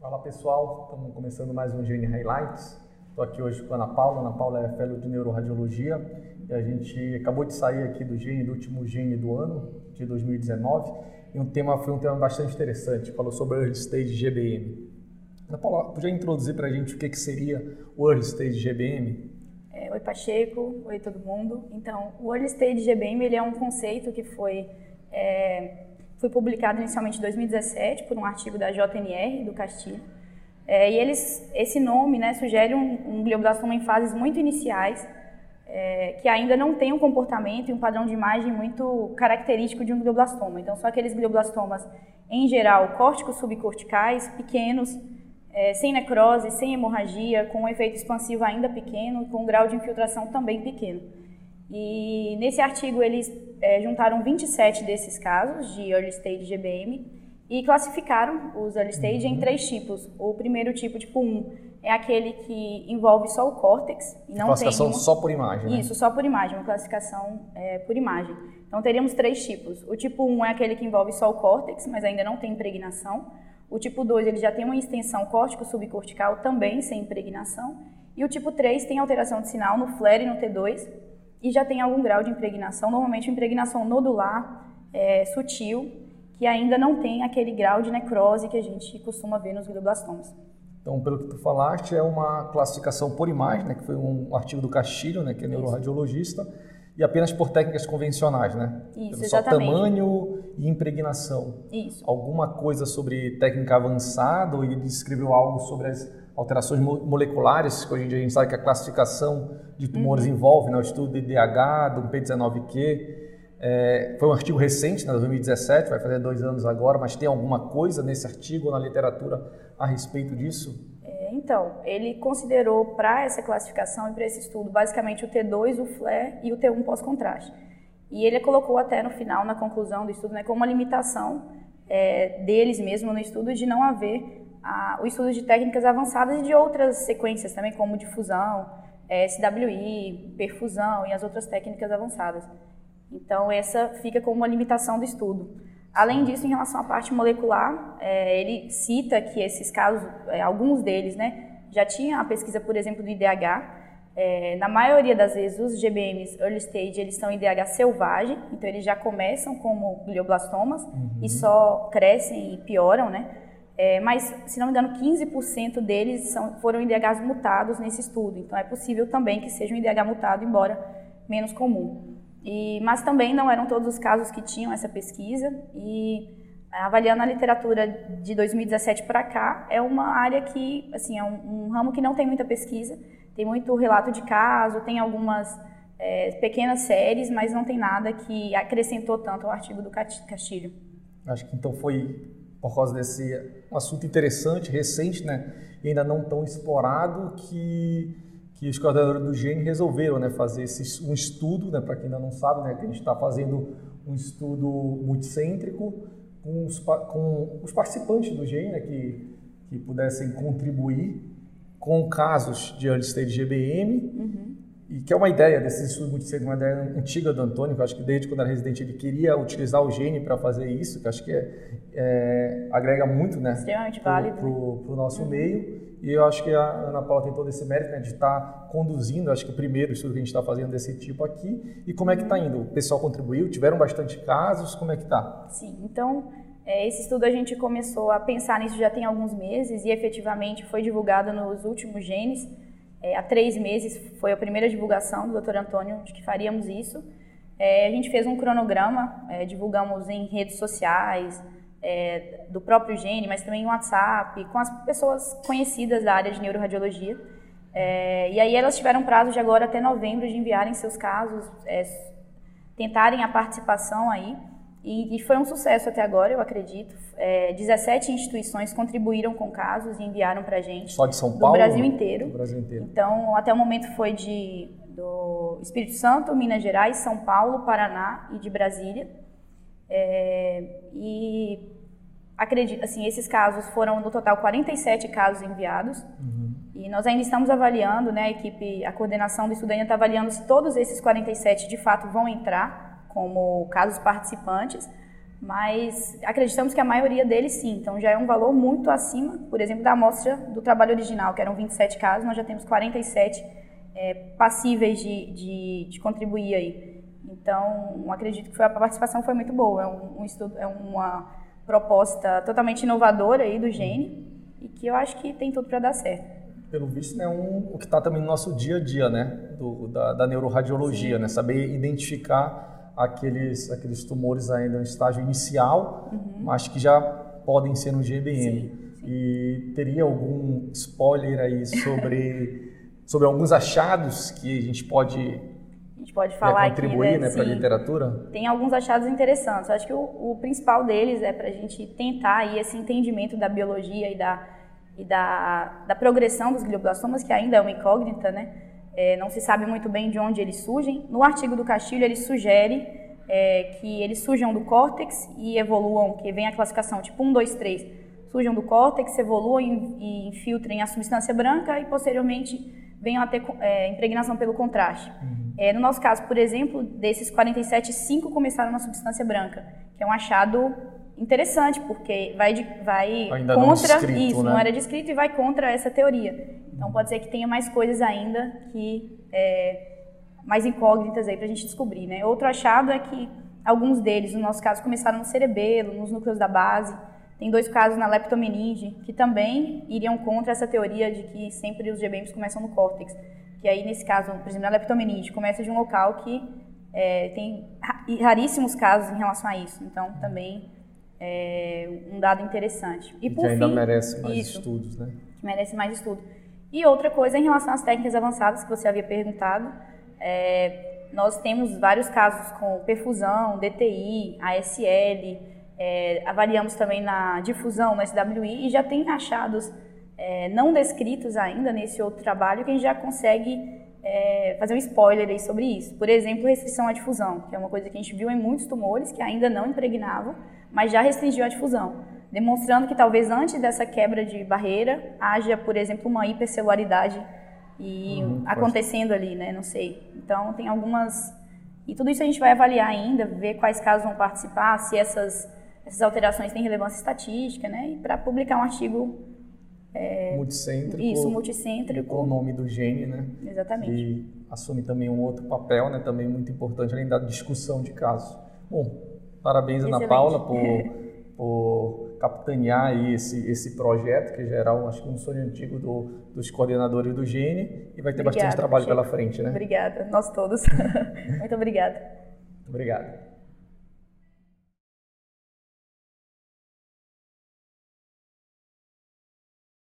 Fala pessoal, estamos começando mais um Gene Highlights. Estou aqui hoje com a Ana Paula. Ana Paula é fellow de neuroradiologia e a gente acabou de sair aqui do último Gene do ano, de 2019, e foi um tema bastante interessante, falou sobre Early Stage GBM. Ana Paula, podia introduzir para a gente o que seria o Early Stage GBM? Oi Pacheco, oi todo mundo. Então, o Early Stage GBM ele é um conceito que foi publicado inicialmente em 2017 por um artigo da JNR, do Castilho. E esse nome, né, sugere um glioblastoma em fases muito iniciais, que ainda não tem um comportamento e um padrão de imagem muito característico de um glioblastoma. Então, são aqueles glioblastomas, em geral, córticos subcorticais, pequenos, sem necrose, sem hemorragia, com um efeito expansivo ainda pequeno e com um grau de infiltração também pequeno. E nesse artigo eles juntaram 27 desses casos de Early Stage GBM e classificaram os Early Stage em 3 tipos. O primeiro tipo 1, é aquele que envolve só o córtex. E não classificação só por imagem, né? Isso, só por imagem, uma classificação por imagem. Então teríamos 3 tipos. O tipo 1 é aquele que envolve só o córtex, mas ainda não tem impregnação. O tipo 2 ele já tem uma extensão córtico-subcortical, também sem impregnação. E o tipo 3 tem alteração de sinal no FLAIR e no T2 e já tem algum grau de impregnação, normalmente impregnação nodular, sutil, que ainda não tem aquele grau de necrose que a gente costuma ver nos glioblastomas. Então, pelo que tu falaste, é uma classificação por imagem, né, que foi um artigo do Castilho, né, que é neuroradiologista, e apenas por técnicas convencionais, né? Isso, só exatamente. Tamanho e impregnação. Isso. Alguma coisa sobre técnica avançada, ou ele descreveu algo sobre as alterações moleculares, que hoje em dia a gente sabe que a classificação de tumores envolve, né, o estudo de DH, do P19Q. Foi um artigo recente, né, 2017, vai fazer 2 anos agora, mas tem alguma coisa nesse artigo ou na literatura a respeito disso? Então, ele considerou para essa classificação e para esse estudo basicamente o T2, o FLAIR e o T1 pós-contraste. E ele colocou até no final, na conclusão do estudo, né, como uma limitação deles mesmo no estudo de não haver o estudo de técnicas avançadas e de outras sequências também, como difusão, SWI, perfusão e as outras técnicas avançadas. Então, essa fica como uma limitação do estudo. Além disso, em relação à parte molecular, ele cita que esses casos, alguns deles, né, já tinham a pesquisa, por exemplo, do IDH. Na maioria das vezes, os GBMs early stage, eles são IDH selvagem, então eles já começam como glioblastomas e só crescem e pioram, né? Mas, se não me engano, 15% deles foram IDHs mutados nesse estudo. Então, é possível também que seja um IDH mutado, embora menos comum. Mas também não eram todos os casos que tinham essa pesquisa e avaliando a literatura de 2017 para cá, é uma área que, assim, é um ramo que não tem muita pesquisa, tem muito relato de caso, tem algumas pequenas séries, mas não tem nada que acrescentou tanto ao artigo do Castilho. Acho que então foi por causa desse assunto interessante, recente, né, e ainda não tão explorado, que os coordenadores do Gene resolveram, né, fazer um estudo, né, para quem ainda não sabe, né, que a gente está fazendo um estudo multicêntrico com os participantes do Gene, né, que pudessem contribuir com casos de Early Stage GBM, e que é uma ideia desse estudo multicêntrico, uma ideia antiga do Antônio, que eu acho que desde quando era residente ele queria utilizar o Gene para fazer isso, que eu acho que agrega muito, né, extremamente válido para o nosso meio. E eu acho que a Ana Paula tem todo esse mérito, né, de estar conduzindo, acho que o primeiro estudo que a gente está fazendo desse tipo aqui. E como é que está indo? O pessoal contribuiu? Tiveram bastante casos? Como é que está? Sim, então esse estudo a gente começou a pensar nisso já tem alguns meses e efetivamente foi divulgado nos últimos genes. Há 3 meses foi a primeira divulgação do Dr. Antônio de que faríamos isso. A gente fez um cronograma, divulgamos em redes sociais, do próprio Gene, mas também em WhatsApp, com as pessoas conhecidas da área de neuroradiologia. E aí elas tiveram prazo de agora até novembro de enviarem seus casos, tentarem a participação aí. E foi um sucesso até agora, eu acredito. 17 instituições contribuíram com casos e enviaram para a gente. Só de São Paulo? Do Brasil inteiro. Do Brasil inteiro. Então, até o momento foi do Espírito Santo, Minas Gerais, São Paulo, Paraná e de Brasília. E acredito, assim, esses casos foram no total 47 casos enviados. E nós ainda estamos avaliando, né, a coordenação do estudo ainda está avaliando se todos esses 47 de fato vão entrar como casos participantes, mas acreditamos que a maioria deles sim, então já é um valor muito acima, por exemplo, da amostra do trabalho original, que eram 27 casos, nós já temos 47 passíveis de contribuir aí. Então, acredito que a participação foi muito boa, é um estudo, é uma proposta totalmente inovadora aí do Gene e que eu acho que tem tudo para dar certo. Pelo visto, é o que está também no nosso dia a dia, né, da neuroradiologia, né, saber identificar aqueles tumores ainda no estágio inicial, mas que já podem ser no GBM. Sim. E teria algum spoiler aí sobre alguns achados que a gente pode falar contribuir, aqui, né, para a literatura? Tem alguns achados interessantes. Eu acho que o principal deles é para a gente tentar aí esse entendimento da biologia e da progressão dos glioblastomas, que ainda é uma incógnita, né? Não se sabe muito bem de onde eles surgem. No artigo do Castilho, ele sugere que eles surjam do córtex e evoluam, que vem a classificação tipo 1, 2, 3, surjam do córtex, evoluam e infiltrem a substância branca e, posteriormente, venham a ter impregnação pelo contraste. No nosso caso, por exemplo, desses 47, 5 começaram na substância branca, que é um achado interessante, porque vai ainda contra não isso, né? Não era descrito e vai contra essa teoria. Então pode ser que tenha mais coisas ainda mais incógnitas aí para a gente descobrir, né? Outro achado é que alguns deles, no nosso caso, começaram no cerebelo, nos núcleos da base. Tem 2 casos na leptomeninge, que também iriam contra essa teoria de que sempre os GBMs começam no córtex. Que aí, nesse caso, por exemplo, na leptomeninge, começa de um local que tem raríssimos casos em relação a isso. Então, também um dado interessante. E por ainda merece mais estudos, né? Que merece mais estudo. E outra coisa em relação às técnicas avançadas que você havia perguntado, nós temos vários casos com perfusão, DTI, ASL, avaliamos também na difusão, no SWI, e já tem achados não descritos ainda nesse outro trabalho que a gente já consegue fazer um spoiler aí sobre isso. Por exemplo, restrição à difusão, que é uma coisa que a gente viu em muitos tumores que ainda não impregnavam, mas já restringiu a difusão, demonstrando que talvez antes dessa quebra de barreira haja, por exemplo, uma hipercelularidade acontecendo ali, né? Não sei. Então, tem algumas... E tudo isso a gente vai avaliar ainda, ver quais casos vão participar, se essas alterações têm relevância estatística, né? E para publicar um artigo... multicêntrico. Isso, multicêntrico. Com o nome do gene, né? Exatamente. E assume também um outro papel, né? Também muito importante, além da discussão de casos. Bom, parabéns, Ana Paula, por capitanear aí esse projeto, que já era, acho que um sonho antigo dos coordenadores do gene, e vai ter bastante trabalho pela frente, né? Obrigada, nós todos. Muito obrigada. Obrigado.